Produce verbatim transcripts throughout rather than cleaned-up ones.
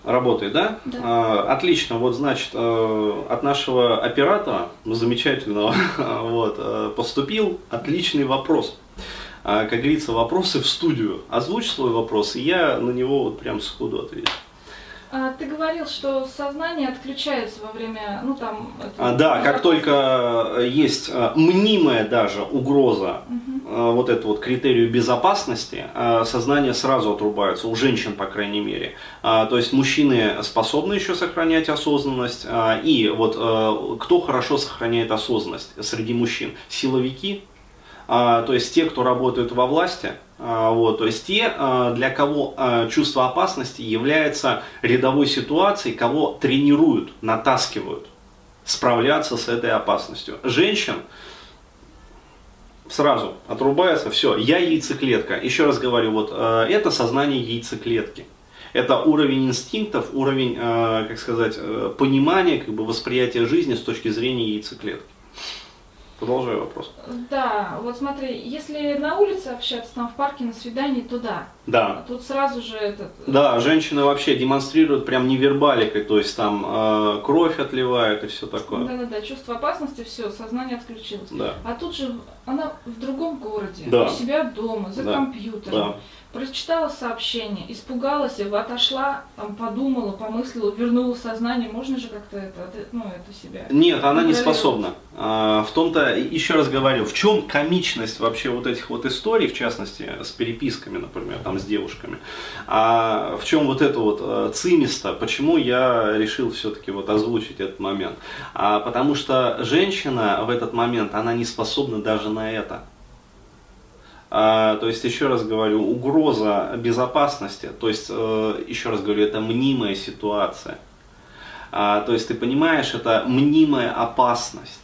Работает, да? Да. А, отлично, вот значит, э, от нашего оператора, замечательного, вот, э, поступил отличный вопрос. А, как говорится, вопросы в студию. Озвучь свой вопрос, и я на него вот прям сходу отвечу. А, ты говорил, что сознание отключается во время, ну там... Это, А, да, как только есть а, мнимая даже угроза, угу. а, вот это вот критерию безопасности, а, сознание сразу отрубается, у женщин, по крайней мере. А, то есть мужчины способны еще сохранять осознанность, а, и вот а, кто хорошо сохраняет осознанность среди мужчин? Силовики, а, то есть те, кто работают во власти. Вот, то есть те, для кого чувство опасности является рядовой ситуацией, кого тренируют, натаскивают справляться с этой опасностью. Женщин сразу отрубается, все, я яйцеклетка. Еще раз говорю, вот это сознание яйцеклетки. Это уровень инстинктов, уровень, как сказать, понимания, как бы восприятия жизни с точки зрения яйцеклетки. Продолжаю вопрос. Да, вот смотри, если на улице общаться, там в парке, на свидании, то да. Да. А тут сразу же этот... Да, женщины вообще демонстрируют прям невербаликой, то есть там э, кровь отливают и все такое. Да-да-да, чувство опасности, все, сознание отключилось. Да. А тут же она в другом городе, да. у себя дома, за да. компьютером. Да. Прочитала сообщение, испугалась, отошла, там, подумала, помыслила, вернула сознание. Можно же как-то это, ну, это себя... Нет, она не способна. А, в том-то, еще раз говорю, в чем комичность вообще вот этих вот историй, в частности, с переписками, например, там, с девушками. А в чем вот это вот цимисто, почему я решил все-таки вот озвучить этот момент. А, потому что женщина в этот момент, она не способна даже на это. А, то есть, еще раз говорю, угроза безопасности, то есть, э, еще раз говорю, это мнимая ситуация. А, то есть, ты понимаешь, это мнимая опасность.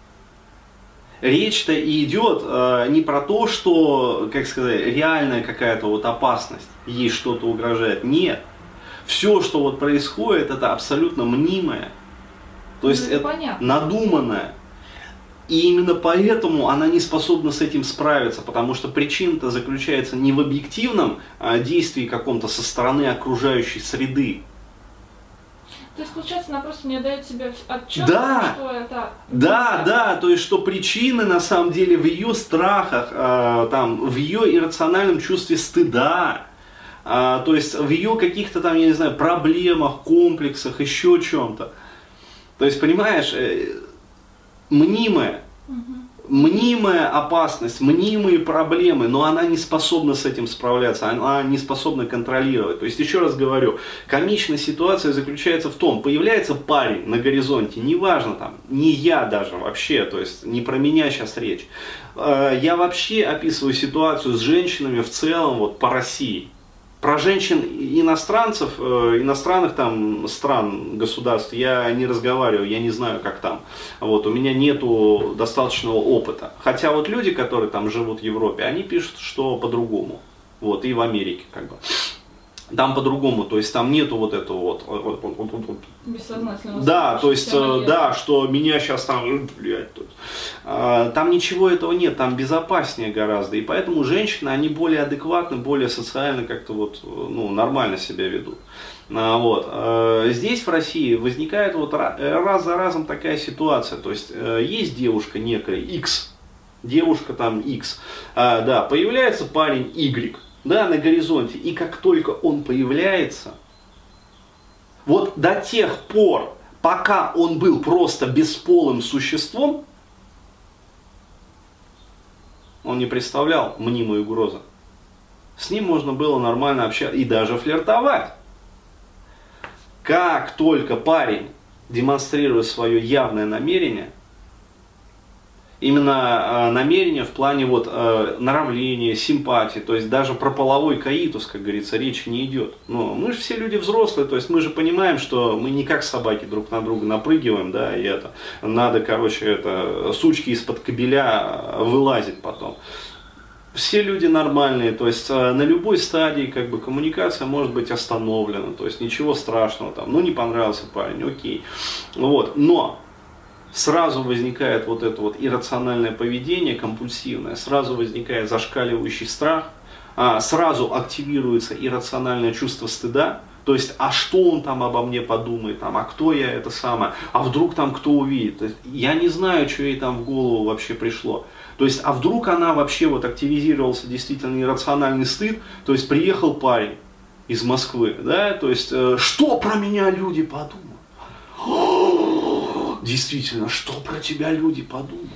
Речь-то идет э, не про то, что, как сказать, реальная какая-то вот опасность, ей что-то угрожает. Нет. Все, что вот происходит, это абсолютно мнимое. То есть, это, это понятно. надуманное. И именно поэтому она не способна с этим справиться, потому что причина-то заключается не в объективном а, действии каком-то со стороны окружающей среды. То есть, получается, она просто не отдает себе отчет, да, что это... Да, да, то есть, что причины на самом деле в ее страхах, а, там, в ее иррациональном чувстве стыда, а, то есть в ее каких-то там, я не знаю, проблемах, комплексах, еще чем-то. То есть, понимаешь... Мнимая, угу. мнимая опасность, мнимые проблемы, но она не способна с этим справляться, она не способна контролировать. То есть, еще раз говорю, комичная ситуация заключается в том, появляется парень на горизонте, неважно там, не я даже вообще, то есть не про меня сейчас речь. Я вообще описываю ситуацию с женщинами в целом вот по России. Про женщин иностранцев, иностранных там стран, государств я не разговариваю, я не знаю, как там. Вот, у меня нету достаточного опыта. Хотя вот люди, которые там живут в Европе, они пишут, что по-другому. Вот, и в Америке как бы. Там по-другому, то есть там нету вот этого вот... Бессознательного. Да, то есть, да, что меня сейчас там, блядь, тут. Там ничего этого нет, там безопаснее гораздо. И поэтому женщины, они более адекватны, более социально как-то вот, ну, нормально себя ведут. Вот. Здесь в России возникает вот раз за разом такая ситуация. То есть есть девушка некая X, девушка там X, да, появляется парень Y. Да, на горизонте. И как только он появляется, вот до тех пор, пока он был просто бесполым существом, он не представлял мнимой угрозы. С ним можно было нормально общаться и даже флиртовать. Как только парень демонстрирует свое явное намерение, именно э, намерение в плане вот, э, нравления, симпатии, то есть даже про половой каитус, как говорится, речь не идет. Но мы же все люди взрослые, то есть мы же понимаем, что мы не как собаки друг на друга напрыгиваем, да, и это, надо, короче, это, сучки из-под кабеля вылазить потом. Все люди нормальные, то есть э, на любой стадии как бы коммуникация может быть остановлена, то есть ничего страшного там, ну не понравился парень, окей, вот, но сразу возникает вот это вот иррациональное поведение, компульсивное, сразу возникает зашкаливающий страх, а, сразу активируется иррациональное чувство стыда, То есть, а что он там обо мне подумает, там, а кто я это самое, а вдруг там кто увидит. То есть, я не знаю, что ей там в голову вообще пришло. То есть, а вдруг она вообще вот активизировался действительно иррациональный стыд, то есть приехал парень из Москвы, да, то есть, э, что про меня люди подумают? О, действительно, что про тебя люди подумают?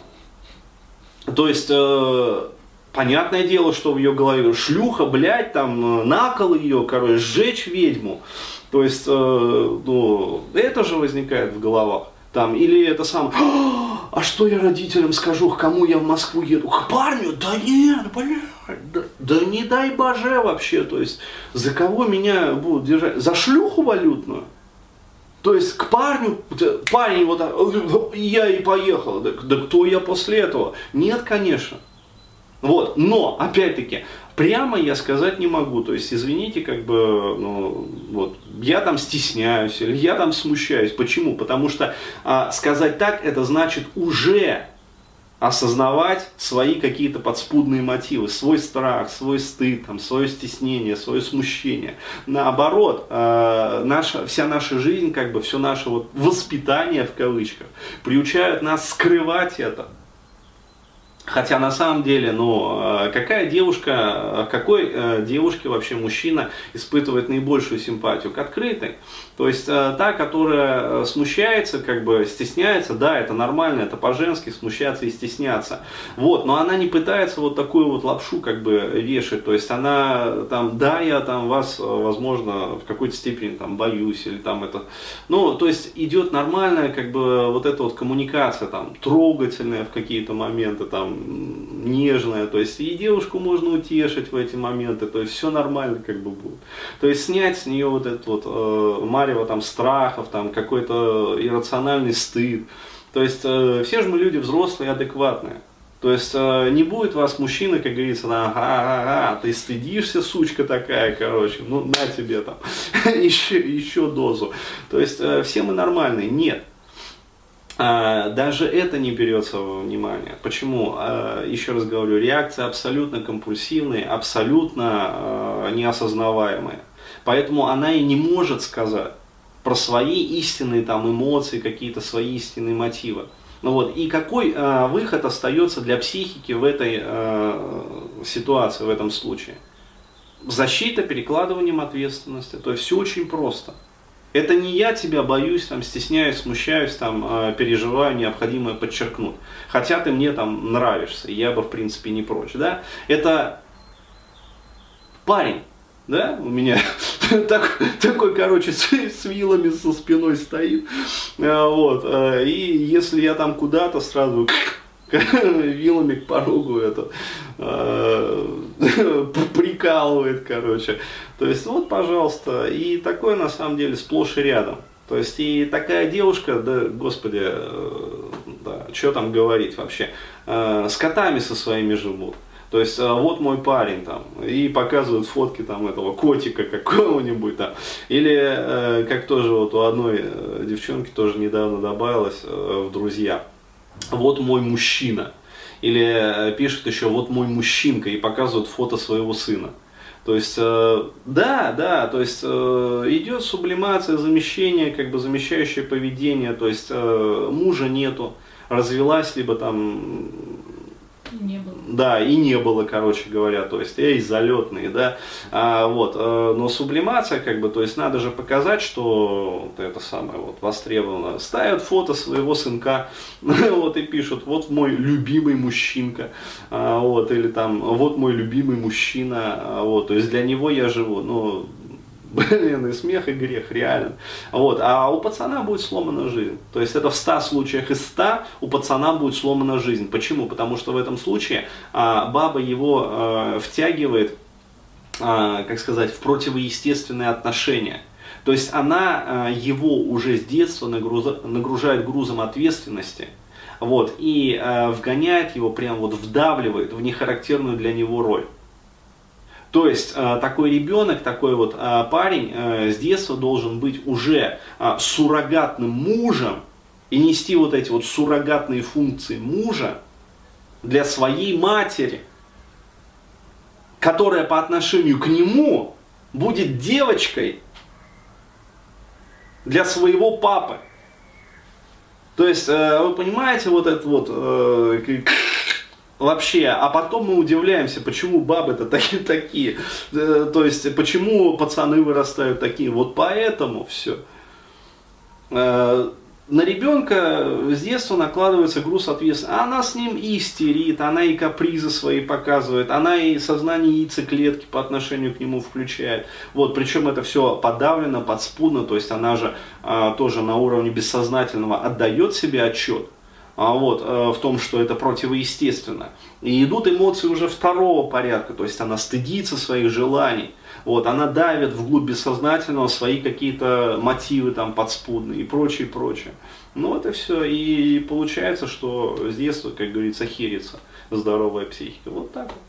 То есть, э, понятное дело, что в ее голове шлюха, блядь, там, накол ее, короче, сжечь ведьму. То есть, э, ну, это же возникает в головах. Там, или это сам, а что я родителям скажу, к кому я в Москву еду? К парню? Да нет, блядь, да, да не дай боже вообще. То есть, за кого меня будут держать? За шлюху валютную? То есть к парню, парень вот так, я и поехал, да, да кто я после этого? Нет, конечно. Вот, но, опять-таки, прямо я сказать не могу, то есть, извините, как бы, ну, вот, я там стесняюсь, или я там смущаюсь. Почему? Потому что а, сказать так, это значит уже осознавать свои какие-то подспудные мотивы, свой страх, свой стыд, там, свое стеснение, свое смущение. Наоборот, э, наша, вся наша жизнь, как бы все наше вот воспитание в кавычках, приучают нас скрывать это. Хотя на самом деле, ну, какая девушка, какой девушке вообще мужчина испытывает наибольшую симпатию? К открытой. То есть та, которая смущается, как бы стесняется, да, это нормально, это по-женски смущаться и стесняться. Вот, но она не пытается вот такую вот лапшу как бы вешать. То есть она там, да, я там вас, возможно, в какой-то степени там боюсь или там это. Ну, то есть идет нормальная как бы вот эта вот коммуникация там трогательная в какие-то моменты там, нежная, то есть и девушку можно утешить в эти моменты, то есть все нормально как бы будет. То есть снять с нее вот это вот э, марево там страхов, там какой-то иррациональный стыд. То есть э, все же мы люди взрослые и адекватные. То есть э, не будет вас мужчина, как говорится, ага, ага, ты стыдишься, сучка такая, короче, ну на тебе там еще, еще дозу. То есть э, все мы нормальные. Нет. Даже это не берется во внимание. Почему? Еще раз говорю, реакции абсолютно компульсивные, абсолютно неосознаваемые. Поэтому она и не может сказать про свои истинные там, эмоции, какие-то свои истинные мотивы. Ну вот, и какой выход остается для психики в этой ситуации, в этом случае? Защита перекладыванием ответственности. То есть все очень просто. Это не я тебя боюсь, там, стесняюсь, смущаюсь, там, переживаю, необходимое подчеркнуть. Хотя ты мне там нравишься, я бы в принципе не прочь. Да? Это парень, да, у меня так, такой, короче, с, с вилами со спиной стоит. Вот. И если я там куда-то сразу вилами к порогу это прикалывает, что-то, то есть, вот, пожалуйста, и такое на самом деле сплошь и рядом. То есть, и такая девушка, да, господи, да, что там говорить вообще, с котами со своими живут. То есть, вот мой парень там, и показывают фотки там этого котика какого-нибудь там. Или, как тоже вот у одной девчонки тоже недавно добавилось в друзья, вот мой мужчина. Или пишет еще, вот мой мужчинка, и показывают фото своего сына. То есть, э, да, да, то есть э, идет сублимация, замещение, как бы замещающее поведение, то есть э, мужа нету, развелась, либо там... Не было. Да, и не было, короче говоря, то есть, эй, залетные, да, а, вот, э, но сублимация, как бы, то есть, надо же показать, что вот это самое, вот, востребовано, ставят фото своего сынка, вот, и пишут, вот мой любимый мужчинка, а, вот, или там, вот мой любимый мужчина, а, вот, то есть, для него я живу, ну, блин, и смех, и грех, реально. Вот. А у пацана будет сломана жизнь. То есть это в ста случаях из ста у пацана будет сломана жизнь. Почему? Потому что в этом случае а, баба его а, втягивает, а, как сказать, в противоестественные отношения. То есть она а, его уже с детства нагруза, нагружает грузом ответственности. Вот, и а, вгоняет его, прям вот вдавливает в нехарактерную для него роль. То есть такой ребенок, такой вот парень с детства должен быть уже суррогатным мужем и нести вот эти вот суррогатные функции мужа для своей матери, которая по отношению к нему будет девочкой, для своего папы. То есть, вы понимаете, вот это вот э, вообще, а потом мы удивляемся, почему бабы-то такие, такие, то есть, почему пацаны вырастают такие, вот поэтому все. На ребенка с детства накладывается груз ответственности, а она с ним и истерит, она и капризы свои показывает, она и сознание яйцеклетки по отношению к нему включает. Вот, причем это все подавлено, подспудно, то есть она же а, тоже на уровне бессознательного отдает себе отчет а, вот, а, в том, что это противоестественно. И идут эмоции уже второго порядка, то есть она стыдится своих желаний. Вот, она давит вглубь бессознательного свои какие-то мотивы там подспудные и прочее, прочее. Ну это все. И получается, что с детства, как говорится, херится здоровая психика. Вот так вот.